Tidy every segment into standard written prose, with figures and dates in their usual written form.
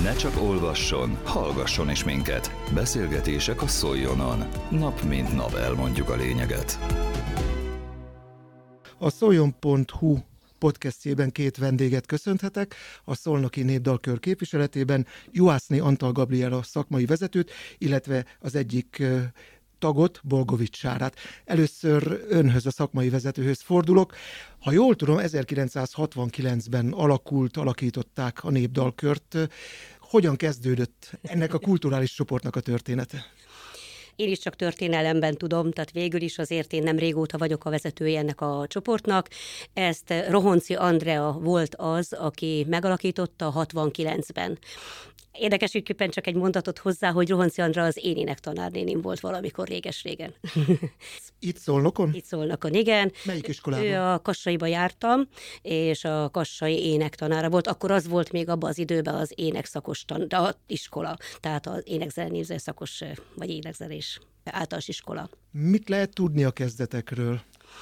Ne csak olvasson, hallgasson is minket. Beszélgetések a Szoljonon. Nap mint nap elmondjuk a lényeget. A szoljon.hu podcastjében két vendéget köszönhetek, a Szolnoki Népdalkör képviseletében Juhászné Antal Gabriela szakmai vezetőt, illetve az egyik tagot, Bolgovics Sárát. Először önhöz, a szakmai vezetőhöz fordulok. Ha jól tudom, 1969-ben alakították a Népdalkört. Hogyan kezdődött ennek a kulturális csoportnak a története? Én is csak történelemben tudom, tehát végül is azért én nem régóta vagyok a vezetője ennek a csoportnak. Ezt Rohonczy Andrea volt az, aki megalakította 69-ben. Érdekességképpen csak egy mondatot hozzá, hogy Rohonczy Andrea az én énektanárnénim volt valamikor réges-régen. Itt Szolnokon? Itt Szolnokon, igen. Melyik iskolában? Ő a Kassaiba jártam, és a kassai énektanára volt. Akkor az volt még abban az időben az énekszakos iskola, tehát az énekzenéző szakos, vagy énekzenés általános iskola. Mit lehet tudni a kezdetekről?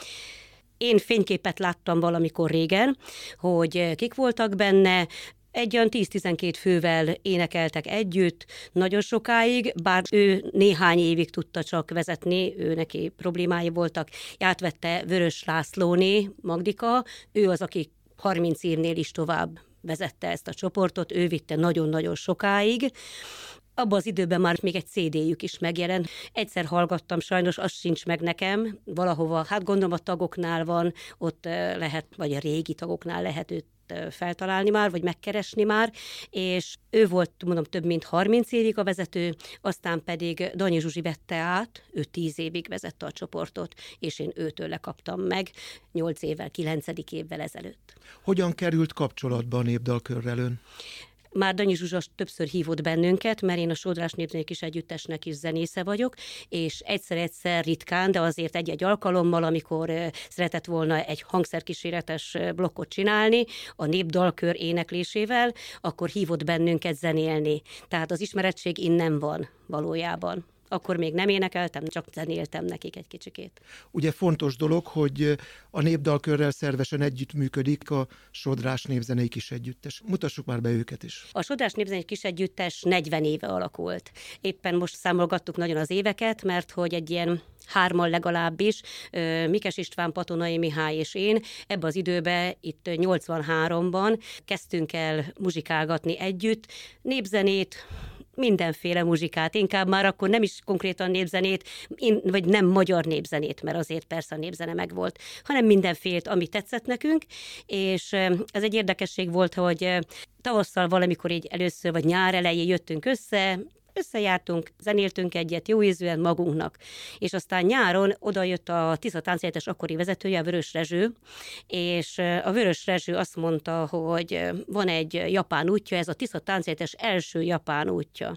Én fényképet láttam valamikor régen, hogy kik voltak benne. Egy olyan 10-12 fővel énekeltek együtt, nagyon sokáig, bár ő néhány évig tudta csak vezetni, ő neki problémái voltak. Átvette Vörös Lászlóné, Magdika, ő az, aki 30 évnél is tovább vezette ezt a csoportot, ő vitte nagyon-nagyon sokáig. Abban az időben már még egy CD-jük is megjelent. Egyszer hallgattam, sajnos az sincs meg nekem, valahova, hát gondolom a tagoknál van, ott lehet, vagy a régi tagoknál lehet őt feltalálni már, vagy megkeresni már, és ő volt, mondom, több mint 30 évig a vezető, aztán pedig Danyi Zsuzsi vette át, ő 10 évig vezette a csoportot, és én őtől lekaptam meg 8 évvel, 9. évvel ezelőtt. Hogyan került kapcsolatba a Népdalkörrel ön? Már Danyi Zsuzsa többször hívott bennünket, mert én a Sodrás Népzenei Együttesnek is zenésze vagyok, és egyszer-egyszer ritkán, de azért egy-egy alkalommal, amikor szeretett volna egy hangszerkíséretes blokkot csinálni a Népdalkör éneklésével, akkor hívott bennünket zenélni. Tehát az ismerettség innen van valójában. Akkor még nem énekeltem, csak zenéltem nekik egy kicsikét. Ugye fontos dolog, hogy a Népdalkörrel szervesen együttműködik a Sodrás Népzenei Együttes. Mutassuk már be őket is. A Sodrás Népzenei Együttes 40 éve alakult. Éppen most számolgattuk nagyon az éveket, mert hogy egy ilyen 3-mal legalábbis, Mikes István, Patonai Mihály és én, ebben az időben, itt 83-ban kezdtünk el muzsikálgatni együtt, népzenét, mindenféle muzsikát, inkább már akkor nem is konkrétan népzenét, vagy nem magyar népzenét, mert azért persze a népzene megvolt, hanem mindenfélét, ami tetszett nekünk, és ez egy érdekesség volt, hogy tavasszal valamikor így először, vagy nyár elején jöttünk összejártunk, zenéltünk egyet jó ízűen magunknak. És aztán nyáron oda jött a Tisza Táncegyetes akkori vezetője, a Vörös Rezső, és a Vörös Rezső azt mondta, hogy van egy japán útja, ez a Tisza Táncegyetes első japán útja.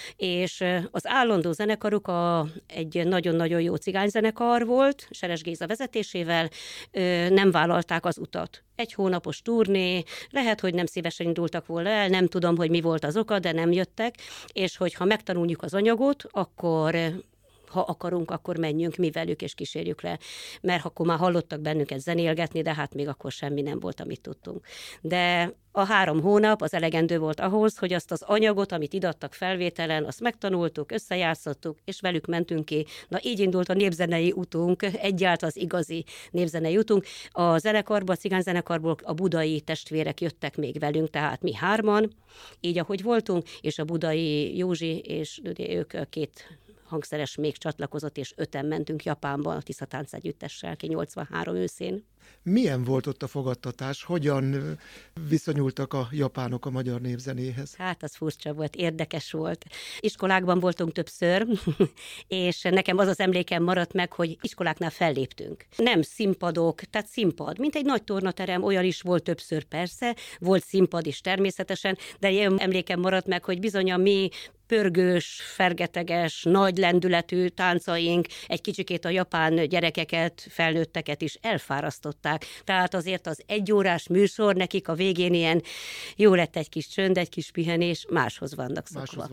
És az állandó zenekaruk egy nagyon-nagyon jó cigányzenekar volt, Seres Géza vezetésével, nem vállalták az utat. Egy hónapos turné, lehet, hogy nem szívesen indultak volna el, nem tudom, hogy mi volt az oka, de nem jöttek, és hogyha megtanuljuk az anyagot, akkor ha akarunk, akkor menjünk mi velük, és kísérjük le. Mert akkor már hallottak bennünket zenélgetni, de hát még akkor semmi nem volt, amit tudtunk. De a 3 hónap az elegendő volt ahhoz, hogy azt az anyagot, amit idattak felvételen, azt megtanultuk, összejátszottuk, és velük mentünk ki. Na így indult a népzenei utunk, egyáltalán az igazi népzenei utunk. A zenekarból, a cigányzenekarból a budai testvérek jöttek még velünk, tehát mi 3-an, így ahogy voltunk, és a budai Józsi, és ők 2 hangszeres még csatlakozott, és 5-en mentünk Japánba a Tisza Táncegyüttessel ki 83 őszén. Milyen volt ott a fogadtatás? Hogyan viszonyultak a japánok a magyar népzenéhez? Hát az furcsa volt, érdekes volt. Iskolákban voltunk többször, és nekem az az emlékem maradt meg, hogy iskoláknál felléptünk. Nem színpadok, tehát színpad, mint egy nagy tornaterem, olyan is volt többször persze, volt színpad is természetesen, de ilyen emlékem maradt meg, hogy bizony a mi pörgős, fergeteges, nagy lendületű táncaink egy kicsikét a japán gyerekeket, felnőtteket is elfárasztották. Tehát azért az 1 órás műsor nekik a végén ilyen jó lett egy kis csönd, egy kis pihenés, máshoz vannak szokva.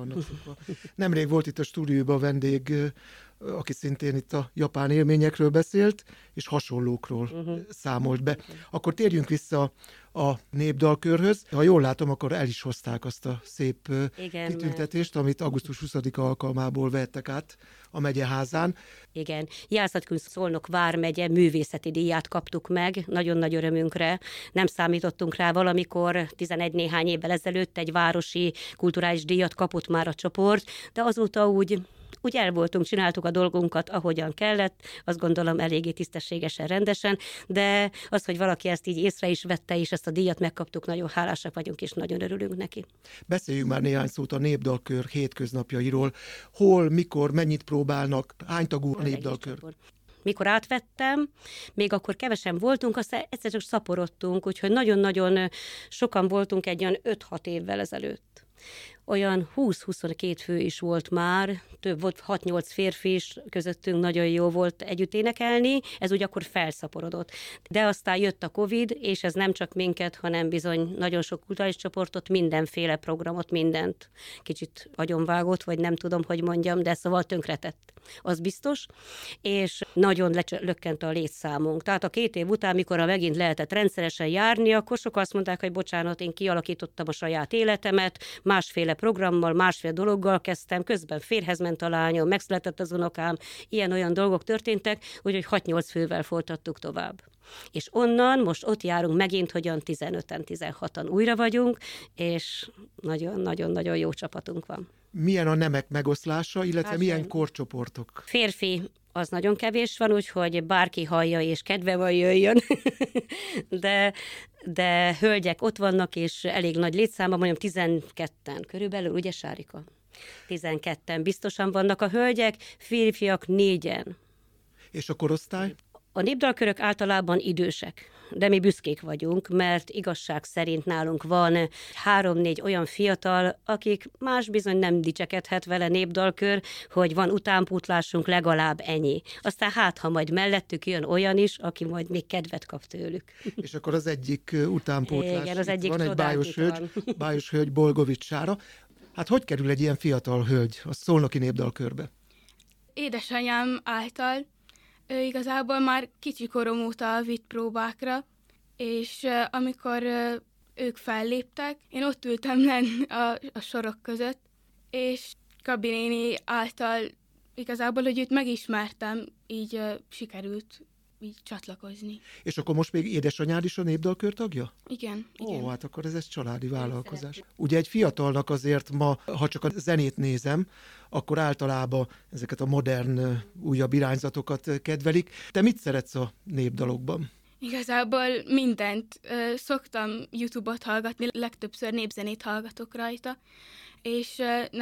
Nemrég volt itt a stúdióban vendég, aki szintén itt a japán élményekről beszélt, és hasonlókról számolt be. Akkor térjünk vissza a népdalkörhöz. Ha jól látom, akkor el is hozták azt a szép kitüntetést, amit augusztus 20-a alkalmából vettek át a megyeházán. Igen, Jászlatkun Szolnok vármegye művészeti díját kaptuk meg, nagyon nagy örömünkre. Nem számítottunk rá, valamikor 11 néhány évvel ezelőtt egy városi kulturális díjat kapott már a csoport, de azóta úgy el voltunk, csináltuk a dolgunkat, ahogyan kellett, azt gondolom eléggé tisztességesen, rendesen, de az, hogy valaki ezt így észre is vette, és ezt a díjat megkaptuk, nagyon hálásak vagyunk, és nagyon örülünk neki. Beszéljünk már néhány szót a népdalkör hétköznapjairól. Hol, mikor, mennyit próbálnak, hány tagú a népdalkör? Mikor átvettem, még akkor kevesen voltunk, aztán egyszer csak szaporodtunk, úgyhogy nagyon-nagyon sokan voltunk egy olyan 5-6 évvel ezelőtt. Olyan 20-22 fő is volt már, több volt, 6-8 férfi is közöttünk, nagyon jó volt együtt énekelni, ez úgy akkor felszaporodott. De aztán jött a Covid, és ez nem csak minket, hanem bizony nagyon sok kulturális csoportot, mindenféle programot, mindent kicsit agyonvágott, vagy nem tudom, hogy mondjam, de szóval tönkretett, az biztos, és nagyon lökkent a létszámunk. Tehát a 2 év után, mikor megint lehetett rendszeresen járni, akkor sokan azt mondták, hogy bocsánat, én kialakítottam a saját életemet, másféle programmal, másféle dologgal kezdtem, közben férjhez ment a lányom, megszületett az unokám, ilyen-olyan dolgok történtek, úgyhogy 6-8 fővel folytattuk tovább. És onnan most ott járunk megint, hogyan 15-en, 16-an újra vagyunk, és nagyon-nagyon jó csapatunk van. Milyen a nemek megoszlása, illetve milyen korcsoportok? Férfi az nagyon kevés van, úgyhogy bárki hallja és kedve van, jöjjön. de hölgyek ott vannak, és elég nagy létszámban, mondjam 12-en körülbelül, ugye Sárika? 12-en biztosan vannak a hölgyek, férfiak 4-en. És a korosztály? A népdalkörök általában idősek, de mi büszkék vagyunk, mert igazság szerint nálunk van 3-4 olyan fiatal, akik más bizony nem dicsekedhet vele népdalkör, hogy van utánpótlásunk, legalább ennyi. Aztán ha majd mellettük jön olyan is, aki majd még kedvet kap tőlük. És akkor az egyik utánpótlás. Igen, az egyik van egy bájos hölgy Bolgovics Sára. Hát hogy kerül egy ilyen fiatal hölgy a szolnoki népdalkörbe? Édesanyám által. Igazából már kicsi korom óta vitt próbákra, és amikor ők felléptek, én ott ültem lenn a sorok között, és Gabi néni által igazából, hogy őt megismertem, így sikerült így csatlakozni. És akkor most még édesanyád is a népdalkör tagja? Igen. Ó, hát akkor ez egy családi vállalkozás. Ugye egy fiatalnak azért ma, ha csak a zenét nézem, akkor általában ezeket a modern, újabb irányzatokat kedvelik. Te mit szeretsz a népdalokban? Igazából mindent. Szoktam YouTube-ot hallgatni, legtöbbször népzenét hallgatok rajta, és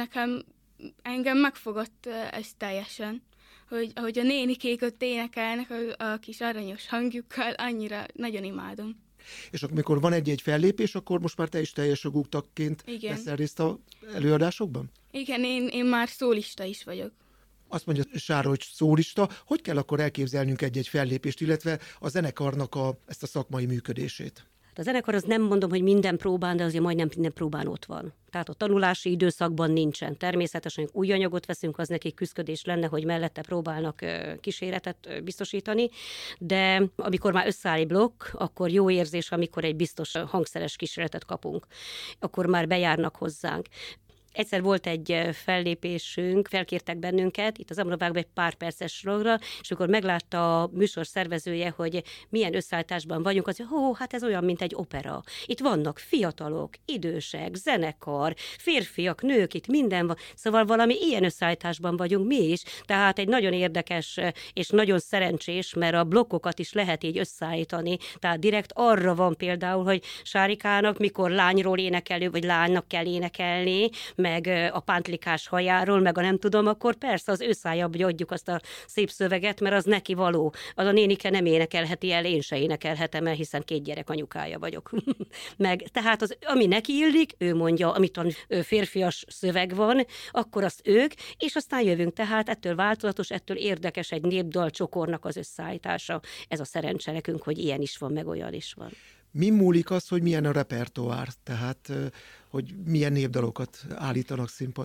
engem megfogott ez teljesen, hogy ahogy a nénikék ott énekelnek a kis aranyos hangjukkal, annyira nagyon imádom. És amikor van egy-egy fellépés, akkor most már te is teljes jogú tagként veszel részt az előadásokban? Igen, én már szólista is vagyok. Azt mondja Sára, hogy szólista. Hogy kell akkor elképzelnünk egy-egy fellépést, illetve a zenekarnak ezt a szakmai működését? A zenekar az nem mondom, hogy minden próbán, de azért majdnem minden próbán ott van. Tehát a tanulási időszakban nincsen. Természetesen új anyagot veszünk, az nekik küszködés lenne, hogy mellette próbálnak kíséretet biztosítani, de amikor már összeáll egy blokk, akkor jó érzés, amikor egy biztos hangszeres kíséretet kapunk. Akkor már bejárnak hozzánk. Egyszer volt egy fellépésünk, felkértek bennünket, itt az Amrovágban egy pár perces dologra, és akkor meglátta a műsor szervezője, hogy milyen összeállításban vagyunk, az, hogy hát ez olyan, mint egy opera. Itt vannak fiatalok, idősek, zenekar, férfiak, nők, itt minden van. Szóval valami ilyen összeállításban vagyunk mi is, tehát egy nagyon érdekes és nagyon szerencsés, mert a blokkokat is lehet így összeállítani. Tehát direkt arra van például, hogy Sárikának mikor lányról énekelő, vagy lánynak kell énekelni, meg a pántlikás hajáról, meg a nem tudom, akkor persze az ő szájába adjuk azt a szép szöveget, mert az neki való. Az a nénike nem énekelheti el, én se énekelhetem el, hiszen 2 gyerek anyukája vagyok. Meg, tehát ami neki illik, ő mondja, amit a férfias szöveg van, akkor azt ők, és aztán jövünk. Tehát ettől változatos, ettől érdekes egy népdal csokornak az összeállítása. Ez a szerencse nekünk, hogy ilyen is van, meg olyan is van. Mi múlik az, hogy milyen a repertoár, tehát hogy milyen népdalokat állítanak színpadra?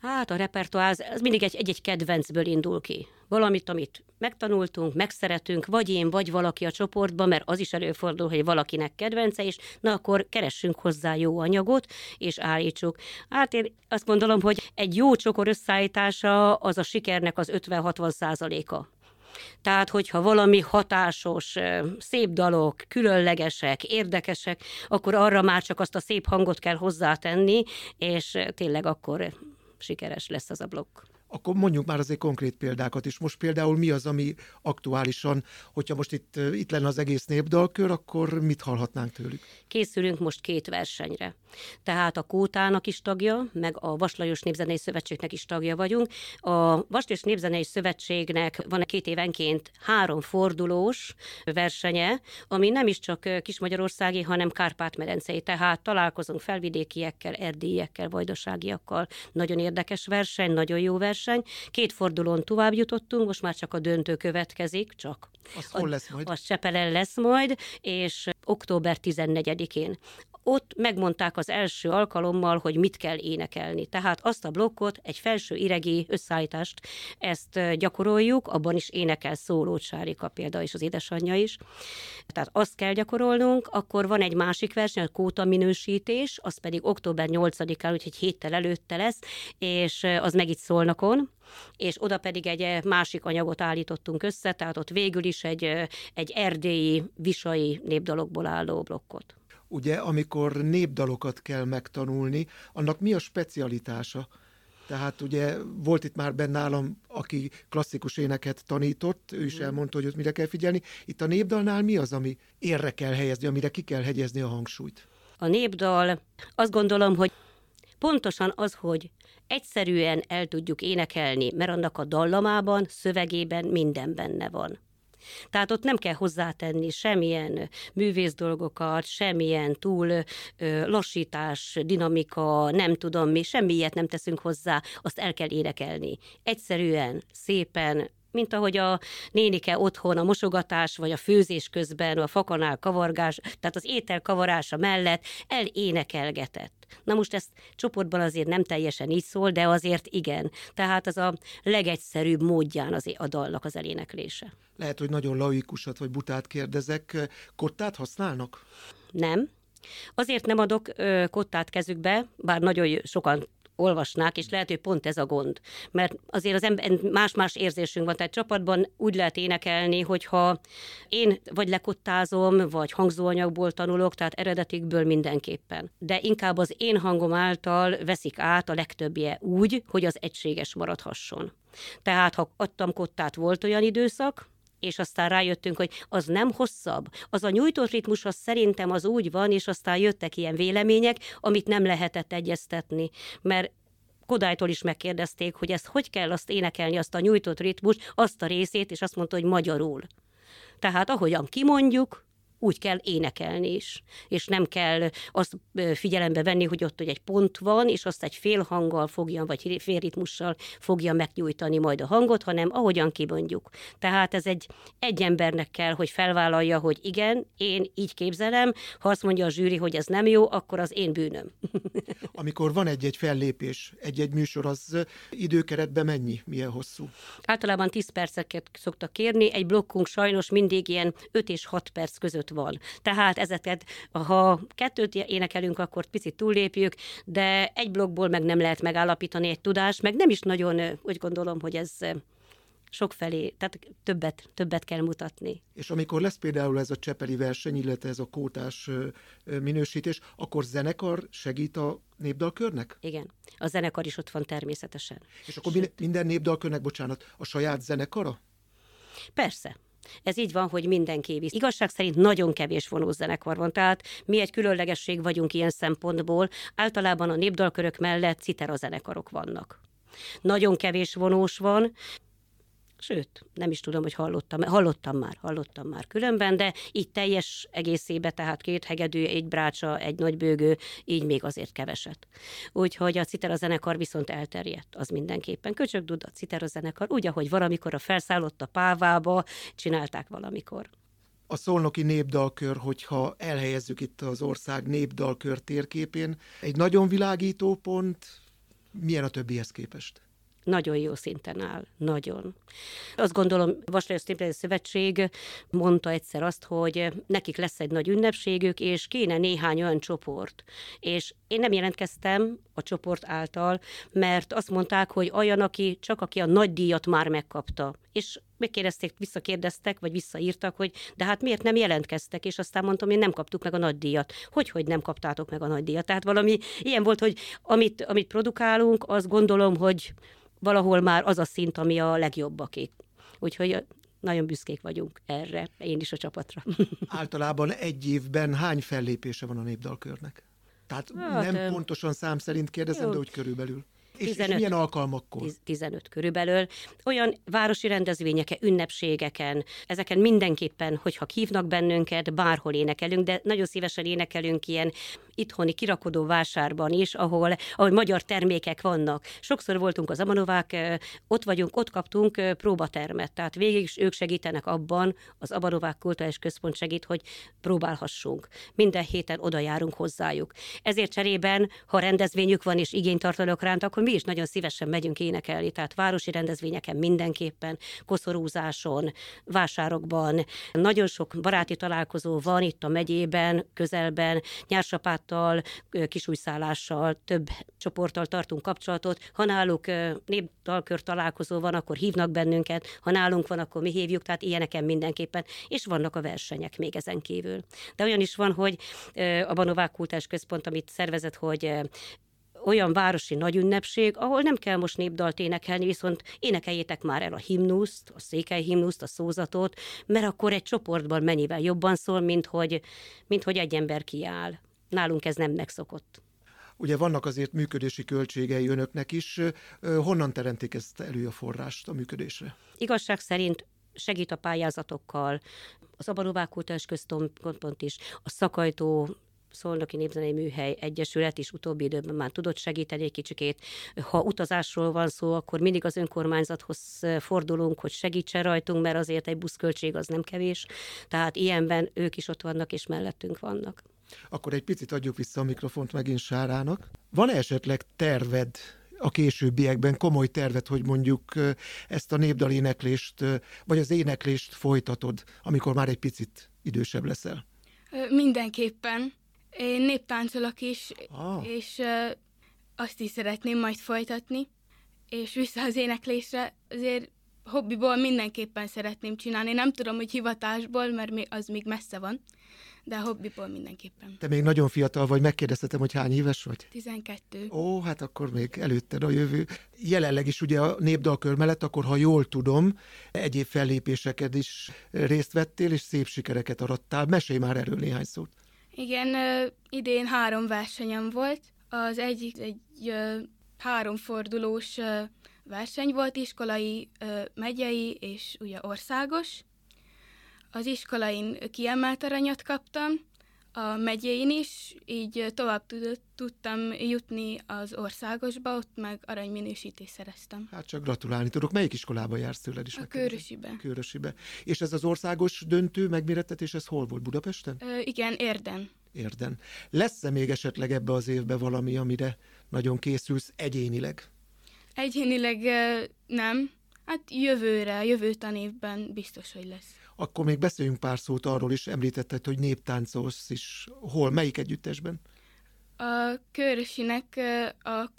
Hát a repertoár, az mindig egy kedvencből indul ki. Valamit, amit megtanultunk, megszeretünk, vagy én, vagy valaki a csoportban, mert az is előfordul, hogy valakinek kedvence, és na akkor keressünk hozzá jó anyagot, és állítsuk. Hát én azt gondolom, hogy egy jó csokor összeállítása az a sikernek az 50-60%-a. Tehát, hogyha valami hatásos, szép dalok, különlegesek, érdekesek, akkor arra már csak azt a szép hangot kell hozzátenni, és tényleg akkor sikeres lesz az a blokk. Akkor mondjuk már azért konkrét példákat is. Most például mi az, ami aktuálisan, hogyha most itt lenne az egész népdalkör, akkor mit hallhatnánk tőlük? Készülünk most 2 versenyre. Tehát a Kótának is tagja, meg a Vaslajos Népzenei Szövetségnek is tagja vagyunk. A Vaslajos Népzenei Szövetségnek van 2 évenként 3 fordulós versenye, ami nem is csak kismagyarországi, hanem Kárpát-medencei. Tehát találkozunk felvidékiekkel, erdélyiekkel, vajdaságiakkal. Nagyon érdekes verseny, nagyon jó verseny. 2 fordulón tovább jutottunk, most már csak a döntő következik, csak. Az hol lesz majd? Az Csepelen lesz majd, és október 14-én. Ott megmondták az első alkalommal, hogy mit kell énekelni. Tehát azt a blokkot, egy felső iregi összeállítást, ezt gyakoroljuk, abban is énekel Szólót Sárika például, és az édesanyja is. Tehát azt kell gyakorolnunk, akkor van egy másik verseny, a kóta minősítés, az pedig október 8-án, úgyhogy héttel előtte lesz, és az meg itt Szolnokon, és oda pedig egy másik anyagot állítottunk össze, tehát ott végül is egy erdélyi, visai népdalokból álló blokkot. Ugye, amikor népdalokat kell megtanulni, annak mi a specialitása? Tehát ugye volt itt már benne nálam, aki klasszikus éneket tanított, ő is elmondta, hogy ott mire kell figyelni. Itt a népdalnál mi az, ami érre kell helyezni, amire ki kell hegyezni a hangsúlyt? A népdal, azt gondolom, hogy pontosan az, hogy egyszerűen el tudjuk énekelni, mert annak a dallamában, szövegében minden benne van. Tehát ott nem kell hozzátenni semmilyen művész dolgokat, semmilyen túl lassítás, dinamika, nem tudom mi, semmi ilyet nem teszünk hozzá, azt el kell énekelni. Egyszerűen, szépen, mint ahogy a nénike otthon a mosogatás, vagy a főzés közben, a fakanál kavargás, tehát az étel kavarása mellett elénekelgetett. Na most ezt csoportban azért nem teljesen így szól, de azért igen. Tehát az a legegyszerűbb módján a dalnak az eléneklése. Lehet, hogy nagyon laikusat vagy butát kérdezek. Kottát használnak? Nem. Azért nem adok kottát kezükbe, bár nagyon sokan olvasnák, és lehet, hogy pont ez a gond. Mert azért az ember más-más érzésünk van, tehát csapatban úgy lehet énekelni, hogyha én vagy lekottázom, vagy hangzóanyagból tanulok, tehát eredetikből mindenképpen. De inkább az én hangom által veszik át a legtöbbje úgy, hogy az egységes maradhasson. Tehát ha adtam kottát, volt olyan időszak, és aztán rájöttünk, hogy az nem hosszabb. Az a nyújtott ritmus, az szerintem az úgy van, és aztán jöttek ilyen vélemények, amit nem lehetett egyeztetni, mert Kodálytól is megkérdezték, hogy ezt hogy kell azt énekelni, azt a nyújtott ritmus, azt a részét, és azt mondta, hogy magyarul. Tehát ahogyan kimondjuk, úgy kell énekelni is. És nem kell azt figyelembe venni, hogy ott egy pont van, és azt egy félhanggal fogja, vagy félritmussal fogja megnyújtani majd a hangot, hanem ahogyan kimondjuk. Tehát ez egy embernek kell, hogy felvállalja, hogy igen, én így képzelem, ha azt mondja a zsűri, hogy ez nem jó, akkor az én bűnöm. Amikor van egy-egy fellépés, egy-egy műsor, az időkeretben mennyi? Milyen hosszú? Általában 10 perceket szoktak kérni, egy blokkunk sajnos mindig ilyen 5 és 6 perc között van. Tehát ezeket, ha 2 énekelünk, akkor picit túllépjük, de egy blokkból meg nem lehet megállapítani egy tudást, meg nem is nagyon, úgy gondolom, hogy ez sokfelé, tehát többet kell mutatni. És amikor lesz például ez a csepeli verseny, illetve ez a kótás minősítés, akkor zenekar segít a népdalkörnek? Igen, a zenekar is ott van természetesen. És akkor minden népdalkörnek, a saját zenekara? Persze. Ez így van, hogy mindenki visz. Igazság szerint nagyon kevés vonózenekar van, tehát mi egy különlegesség vagyunk ilyen szempontból. Általában a népdalkörök mellett citerazenekarok vannak. Nagyon kevés vonós van, sőt, nem is tudom, hogy hallottam már különben, de így teljes egészében, tehát 2 hegedű, 1 brácsa, 1 nagybőgő, így még azért keveset. Úgyhogy a citerazenekar viszont elterjedt, az mindenképpen. Köcsög Duda, citerazenekar, úgy, ahogy valamikor a felszállott a Pávába, csinálták valamikor. A szolnoki népdalkör, hogyha elhelyezzük itt az ország népdalkör térképén, egy nagyon világító pont, Milyen a többihez képest? Nagyon jó szinten áll, nagyon. Azt gondolom, Vaslajos Néptáncos Szövetség mondta egyszer azt, hogy nekik lesz egy nagy ünnepségük, és kéne néhány olyan csoport. És én nem jelentkeztem a csoport által, mert azt mondták, hogy olyan, aki a nagy díjat már megkapta. És megkérdezték, visszakérdeztek, vagy visszaírtak, hogy de hát miért nem jelentkeztek, és aztán mondtam, én nem kaptuk meg a nagy díjat. Hogy nem kaptátok meg a nagy díjat? Tehát valami ilyen volt, hogy amit produkálunk, azt gondolom, hogy valahol már az a szint, ami a legjobbaké. Úgyhogy nagyon büszkék vagyunk erre, én is a csapatra. Általában egy évben hány fellépése van a Népdalkörnek? Tehát nem pontosan szám szerint kérdezem, de úgy körülbelül. És milyen alkalmakkor? 15 körülbelül. Olyan városi rendezvényeken, ünnepségeken, ezeken mindenképpen, hogyha hívnak bennünket, bárhol énekelünk, de nagyon szívesen énekelünk ilyen itthoni kirakodó vásárban is, ahol magyar termékek vannak. Sokszor voltunk az Abanovák, ott kaptunk próbatermet, tehát végig is ők segítenek abban, az Abanovák Kulturális Központ segít, hogy próbálhassunk. Minden héten oda járunk hozzájuk. Ezért cserében, ha rendezvényük van és igényt tartanak ránk, akkor mi is nagyon szívesen megyünk énekelni, tehát városi rendezvényeken mindenképpen, koszorúzáson, vásárokban. Nagyon sok baráti találkozó van itt a megyében, közelben, Nyársapáttal, Kisújszállással, több csoporttal tartunk kapcsolatot. Ha náluk népdalkör találkozó van, akkor hívnak bennünket, ha nálunk van, akkor mi hívjuk, tehát ilyeneken mindenképpen, és vannak a versenyek még ezen kívül. De olyan is van, hogy a Abanovák Kulturális Központ, amit szervezett, hogy olyan városi nagy ünnepség, ahol nem kell most népdalt énekelni, viszont énekeljétek már el a himnuszt, a székely himnuszt, a szózatot, mert akkor egy csoportban mennyivel jobban szól, mint hogy egy ember kiáll. Nálunk ez nem megszokott. Ugye vannak azért működési költségei önöknek is. Honnan teremtik ezt elő a forrást a működésre? Igazság szerint segít a pályázatokkal, az Abanovák Kulturális Központ is, a Szakajtó Szolnoki Népzenei Műhely Egyesület is utóbbi időben már tudott segíteni egy kicsikét. Ha utazásról van szó, akkor mindig az önkormányzathoz fordulunk, hogy segítsen rajtunk, mert azért egy buszköltség az nem kevés. Tehát ilyenben ők is ott vannak, és mellettünk vannak. Akkor egy picit adjuk vissza a mikrofont megint Sárának. Van-e esetleg terved a későbbiekben, komoly tervet, hogy mondjuk ezt a népdaléneklést, vagy az éneklést folytatod, amikor már egy picit idősebb leszel? Mindenképpen. Én néptáncolok is, és azt is szeretném majd folytatni, és vissza az éneklésre azért hobbiból mindenképpen szeretném csinálni. Nem tudom, hogy hivatásból, mert az még messze van, de hobbiból mindenképpen. Te még nagyon fiatal vagy, megkérdeztetem, hogy hány éves vagy? 12. Ó, hát akkor még előtted a jövő. Jelenleg is ugye a népdalkör mellett, akkor ha jól tudom, egyéb fellépéseket is részt vettél, és szép sikereket arattál. Mesélj már erről néhány szót. Igen, idén 3 versenyem volt. Az egyik egy 3 fordulós verseny volt, iskolai, megyei és ugye országos. Az iskolain kiemelt aranyat kaptam, a megyén is, így tovább tudtam jutni az országosba, ott meg aranyminősítést szereztem. Hát csak gratulálni tudok. Melyik iskolába jársz tőled is? A Kőrösibe. Kőrösibe. És ez az országos döntő megmérettetés, ez hol volt? Budapesten? Igen, Érden. Érden. Lesz-e még esetleg ebbe az évbe valami, amire nagyon készülsz egyénileg? Egyénileg nem. Hát jövő tanévben biztos, hogy lesz. Akkor még beszéljünk pár szót arról is, említetted, hogy néptáncolsz is. Hol, melyik együttesben? A Kőrösinek a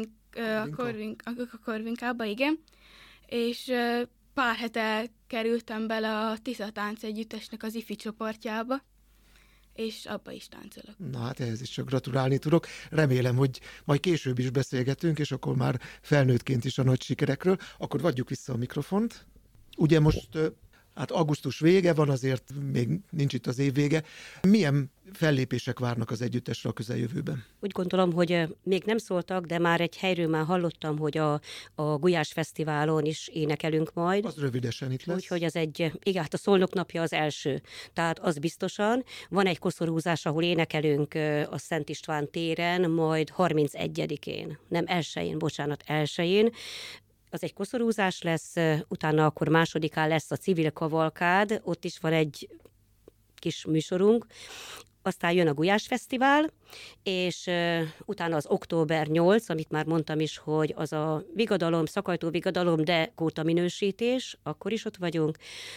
Korvinkába, igen. És pár hete kerültem bele a Tisza Tánc Együttesnek az ifi csoportjába, és abba is táncolok. Na hát ehhez is csak gratulálni tudok. Remélem, hogy majd később is beszélgetünk, és akkor már felnőttként is a nagy sikerekről. Akkor adjuk vissza a mikrofont. Ugye most hát augusztus vége van, azért még nincs itt az év vége. Milyen fellépések várnak az együttesre a közeljövőben? Úgy gondolom, hogy még nem szóltak, de már egy helyről már hallottam, hogy a Gulyás Fesztiválon is énekelünk majd. Az rövidesen itt lesz. Úgyhogy az igen, hát a Szolnok napja az első. Tehát az biztosan. Van egy koszorúzás, ahol énekelünk a Szent István téren, majd 31-én. Nem 1-én, bocsánat, 1-én. Az egy koszorúzás lesz, utána akkor 2-án lesz a civil kavalkád, ott is van egy kis műsorunk. aztán jön a Gulyás Fesztivál, és utána az október 8, amit már mondtam is, hogy az a vigadalom, szakajtó vigadalom, de kóta minősítés, akkor is ott vagyunk,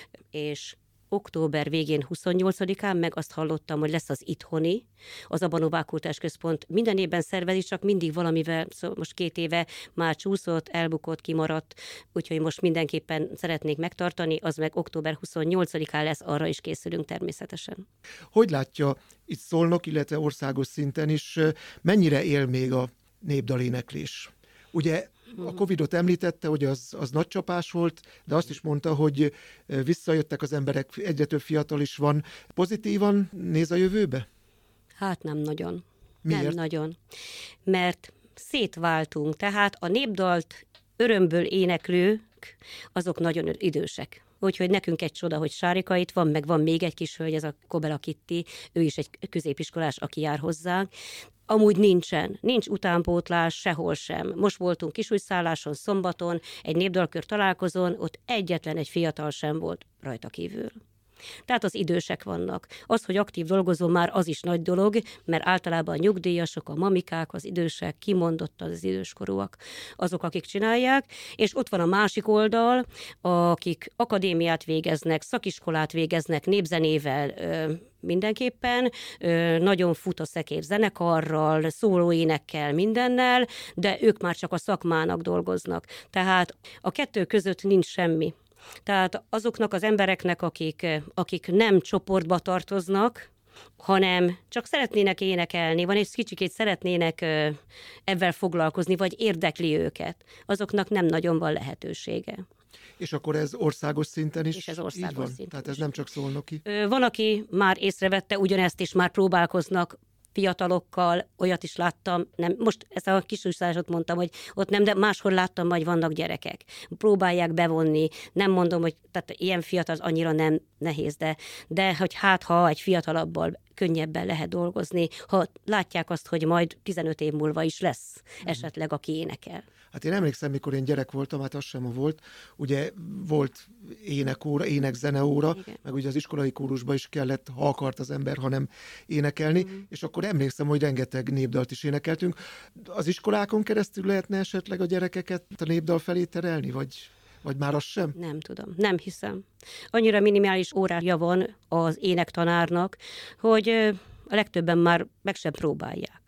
és október végén 28-án meg azt hallottam, hogy lesz az itthoni, az Abanová Kultúrás Központ minden évben szervezi, csak mindig valamivel, szóval most 2 éve már csúszott, elbukott, kimaradt, úgyhogy most mindenképpen szeretnék megtartani, az meg október 28-án lesz, arra is készülünk természetesen. Hogy látja itt Szolnok, illetve országos szinten is, mennyire él még a népdaléneklés? Ugye a Covidot említette, hogy az nagy csapás volt, de azt is mondta, hogy visszajöttek az emberek, egyre több fiatal is van. Pozitívan néz a jövőbe? Hát nem nagyon. Miért? Nem nagyon. Mert szétváltunk, tehát a népdalt örömből éneklők, azok nagyon idősek. Úgyhogy nekünk egy csoda, hogy Sárika itt van, meg van még egy kis hölgy, ez a Kobela Kitti, ő is egy középiskolás, aki jár hozzánk. Amúgy nincs utánpótlás sehol sem. Most voltunk Kisújszálláson szombaton, egy népdalkör találkozón, ott egyetlen egy fiatal sem volt rajta kívül. Tehát az idősek vannak. Az, hogy aktív dolgozó már az is nagy dolog, mert általában a nyugdíjasok, a mamikák, az idősek, kimondottan az időskorúak, azok, akik csinálják, és ott van a másik oldal, akik akadémiát végeznek, szakiskolát végeznek, népzenével mindenképpen, nagyon fut a szekér zenekarral, szólóénekkel, mindennel, de ők már csak a szakmának dolgoznak. Tehát a kettő között nincs semmi. Tehát azoknak az embereknek, akik nem csoportba tartoznak, hanem csak szeretnének énekelni, van egy kicsikét szeretnének ebben foglalkozni, vagy érdekli őket, azoknak nem nagyon van lehetősége. És akkor ez országos szinten is És ez országos így van? szinten Tehát ez is. nem csak szolnoki? Van, aki már észrevette ugyanezt, és már próbálkoznak fiatalokkal, olyat is láttam, nem, most ezt a Kisújszállásot mondtam, hogy ott nem, de máshol láttam, hogy vannak gyerekek. Próbálják bevonni, nem mondom, hogy tehát ilyen fiatal az annyira nem nehéz, de hogy ha egy fiatalabbal könnyebben lehet dolgozni, ha látják azt, hogy majd 15 év múlva is lesz esetleg, aki énekel. Hát én emlékszem, mikor én gyerek voltam, hát az sem volt, ugye volt énekóra, ének-zeneóra, meg ugye az iskolai kórusba is kellett, ha akart az ember, hanem énekelni, és akkor emlékszem, hogy rengeteg népdalt is énekeltünk. Az iskolákon keresztül lehetne esetleg a gyerekeket a népdal felé terelni, vagy már az sem? Nem tudom, nem hiszem. Annyira minimális órája van az énektanárnak, hogy a legtöbben már meg sem próbálják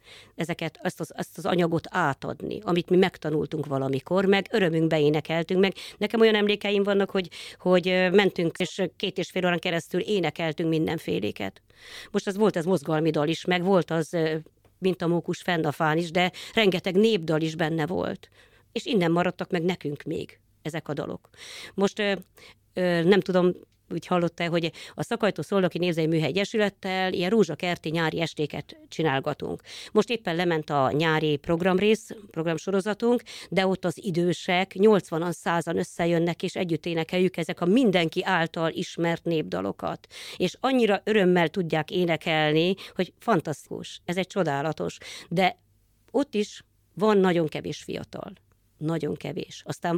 ezt az anyagot átadni, amit mi megtanultunk valamikor, meg örömünkbe énekeltünk, meg nekem olyan emlékeim vannak, hogy mentünk, és 2,5 órán keresztül énekeltünk mindenféléket. Most az volt ez mozgalmi dal is, meg volt az mint a mókus fenn a fán is, de rengeteg népdal is benne volt. És innen maradtak meg nekünk még ezek a dalok. Most nem tudom, úgy hallottál, hogy a Szakajtó Szolnoki Népzenei Műhely Egyesülettel ilyen rózsakerti nyári estéket csinálgatunk. Most éppen lement a nyári programsorozatunk, de ott az idősek 80-an, 100-an összejönnek, és együtt énekeljük ezek a mindenki által ismert népdalokat. És annyira örömmel tudják énekelni, hogy fantasztikus, ez egy csodálatos. De ott is van nagyon kevés fiatal. Nagyon kevés. Aztán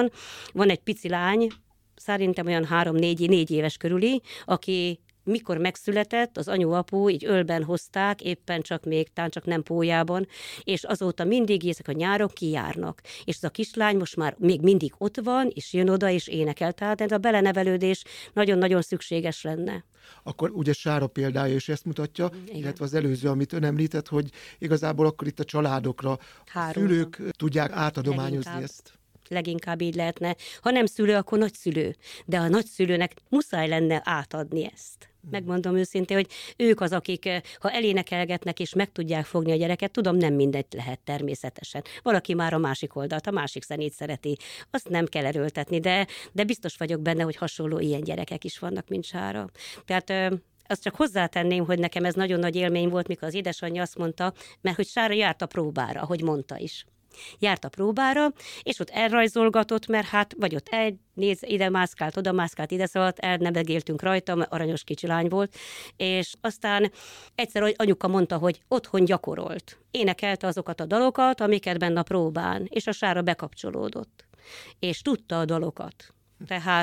van egy pici lány, szerintem olyan 3-4 éves körüli, aki mikor megszületett, az anyu-apu így ölben hozták, éppen csak még, talán csak nem pólyában, és azóta mindig ezek a nyárok kijárnak. És az a kislány most már még mindig ott van, és jön oda, és énekel. Tehát ez a belenevelődés nagyon-nagyon szükséges lenne. Akkor ugye Sára példája is ezt mutatja, illetve az előző, amit ön említett, hogy igazából akkor itt a családokra, a szülők tudják átadományozni ezt. Leginkább így lehetne. Ha nem szülő, akkor nagyszülő. De a nagyszülőnek muszáj lenne átadni ezt. Megmondom őszintén, hogy ők az, akik, ha elénekelgetnek és meg tudják fogni a gyereket, tudom, nem mindegy lehet természetesen. Valaki már a másik oldalt, a másik zenét szereti. Azt nem kell erőltetni, de biztos vagyok benne, hogy hasonló ilyen gyerekek is vannak, mint Sára. Tehát azt csak hozzátenném, hogy nekem ez nagyon nagy élmény volt, mikor az édesanyja azt mondta, mert hogy Sára járt a próbára, ahogy mondta is. Járt a próbára, és ott elrajzolgatott, mert hát vagy ott néz, ide mászkált, oda mászkált, ide szaladt, elnebegéltünk rajta, mert aranyos kicsi lány volt, és aztán egyszer anyuka mondta, hogy otthon gyakorolt. Énekelte azokat a dalokat, amiket benne a próbán, és a Sára bekapcsolódott. És tudta a dalokat. Tehát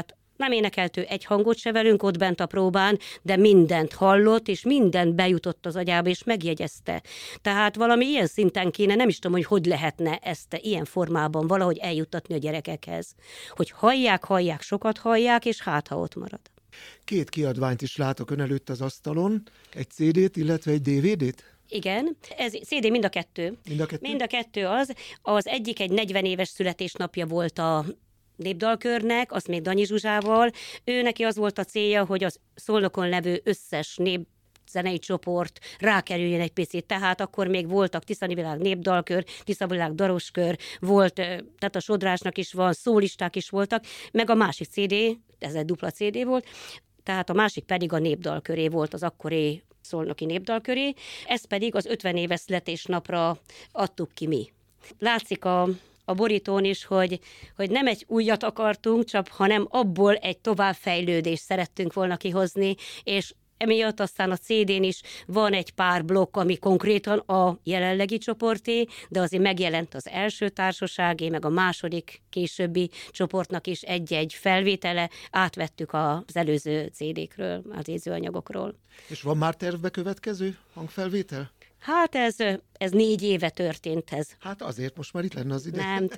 Nem énekelt ő egy hangot se velünk ott bent a próbán, de mindent hallott, és mindent bejutott az agyába, és megjegyezte. Tehát valami ilyen szinten kéne, nem is tudom, hogy lehetne ezt ilyen formában valahogy eljuttatni a gyerekekhez. Hogy hallják, sokat hallják, és hát, ha ott marad. 2 kiadványt is látok ön előtt az asztalon, egy CD-t, illetve egy DVD-t? Igen, ez CD mind a kettő. Mind a kettő az egyik egy 40 éves születésnapja volt a Népdalkörnek, azt még Danyi Zsuzsával. Ő neki az volt a célja, hogy az Szolnokon levő összes zenei csoport rákerüljön egy picit. Tehát akkor még voltak Tiszani Világ Népdalkör, Tiszavilág Daroskör, volt, tehát a Sodrásnak is van, szólisták is voltak, meg a másik CD, ez egy dupla CD volt, tehát a másik pedig a Népdalköré volt, az akkori Szolnoki Népdalköré, ezt pedig az 50 éves születésnapra adtuk ki mi. Látszik a borítón is, hogy nem egy újat akartunk, hanem abból egy továbbfejlődést szerettünk volna kihozni, és emiatt aztán a CD-n is van egy pár blokk, ami konkrétan a jelenlegi csoporté, de azért megjelent az első társaságé, meg a második későbbi csoportnak is egy-egy felvétele, átvettük az előző CD-kről, az érzőanyagokról. És van már tervbe következő hangfelvétel? Hát ez 4 éve történt ez. Hát azért most már itt lenne az ide.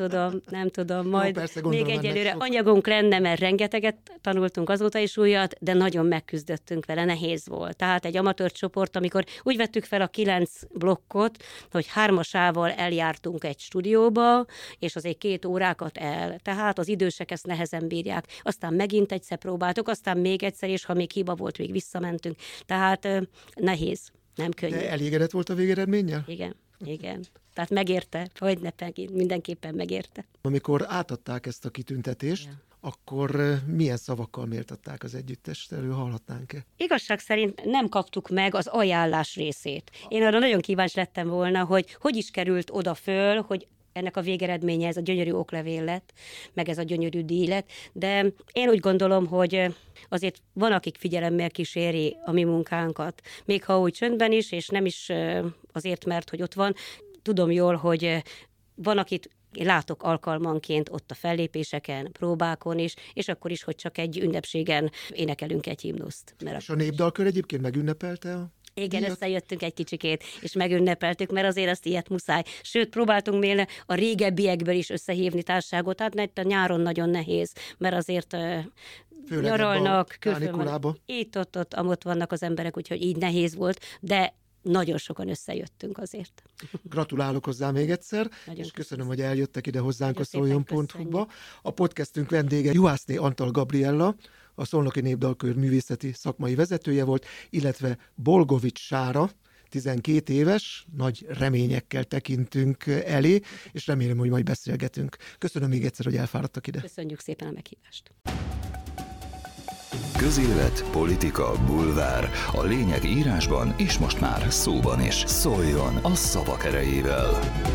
Nem tudom, majd persze, még egyelőre anyagunk lenne, mert rengeteget tanultunk azóta is újat, de nagyon megküzdöttünk vele, nehéz volt. Tehát egy amatőr csoport, amikor úgy vettük fel a 9 blokkot, hogy 3-asával eljártunk egy stúdióba, és azért 2 órákat el. Tehát az idősek ezt nehezen bírják. Aztán megint egyszer próbáltuk, aztán még egyszer, és ha még hiba volt, még visszamentünk. Tehát nehéz. Nem könnyű. De elégedett volt a végeredménnyel? Igen. Tehát megérte, mindenképpen megérte. Amikor átadták ezt a kitüntetést, akkor milyen szavakkal méltatták az együttest? Erről hallhatnánk-e? Igazság szerint nem kaptuk meg az ajánlás részét. Én arra nagyon kíváncsi lettem volna, hogy is került oda föl, hogy ennek a végeredménye ez a gyönyörű oklevél lett, meg ez a gyönyörű díj lett, de én úgy gondolom, hogy azért van, akik figyelemmel kíséri a mi munkánkat, még ha úgy csöndben is, és nem is azért, mert hogy ott van. Tudom jól, hogy van, akit én látok alkalmanként ott a fellépéseken, próbákon is, és akkor is, hogy csak egy ünnepségen énekelünk egy himnuszt. És a Népdalkör egyébként megünnepelte Igen, összejöttünk egy kicsikét, és megünnepeltük, mert azért azt ilyet muszáj. Sőt, próbáltunk még a régebbiekből is összehívni társaságot, hát itt a nyáron nagyon nehéz, mert azért nyaralnak, külföldön. Itt amott vannak az emberek, úgyhogy így nehéz volt, de nagyon sokan összejöttünk azért. Gratulálok hozzá még egyszer, és köszönöm, hogy eljöttek ide hozzánk a Szoljon.hu-ba. A podcastünk vendége Juhászné Antal Gabriella, a Szolnoki Népdalkör művészeti szakmai vezetője volt, illetve Bolgovics Sára, 12 éves, nagy reményekkel tekintünk elé, és remélem, hogy majd beszélgetünk. Köszönöm még egyszer, hogy elfáradtak ide. Köszönjük szépen a meghívást. Közélet, politika, bulvár. A lényeg írásban és most már szóban is. Szóljon a szavak erejével!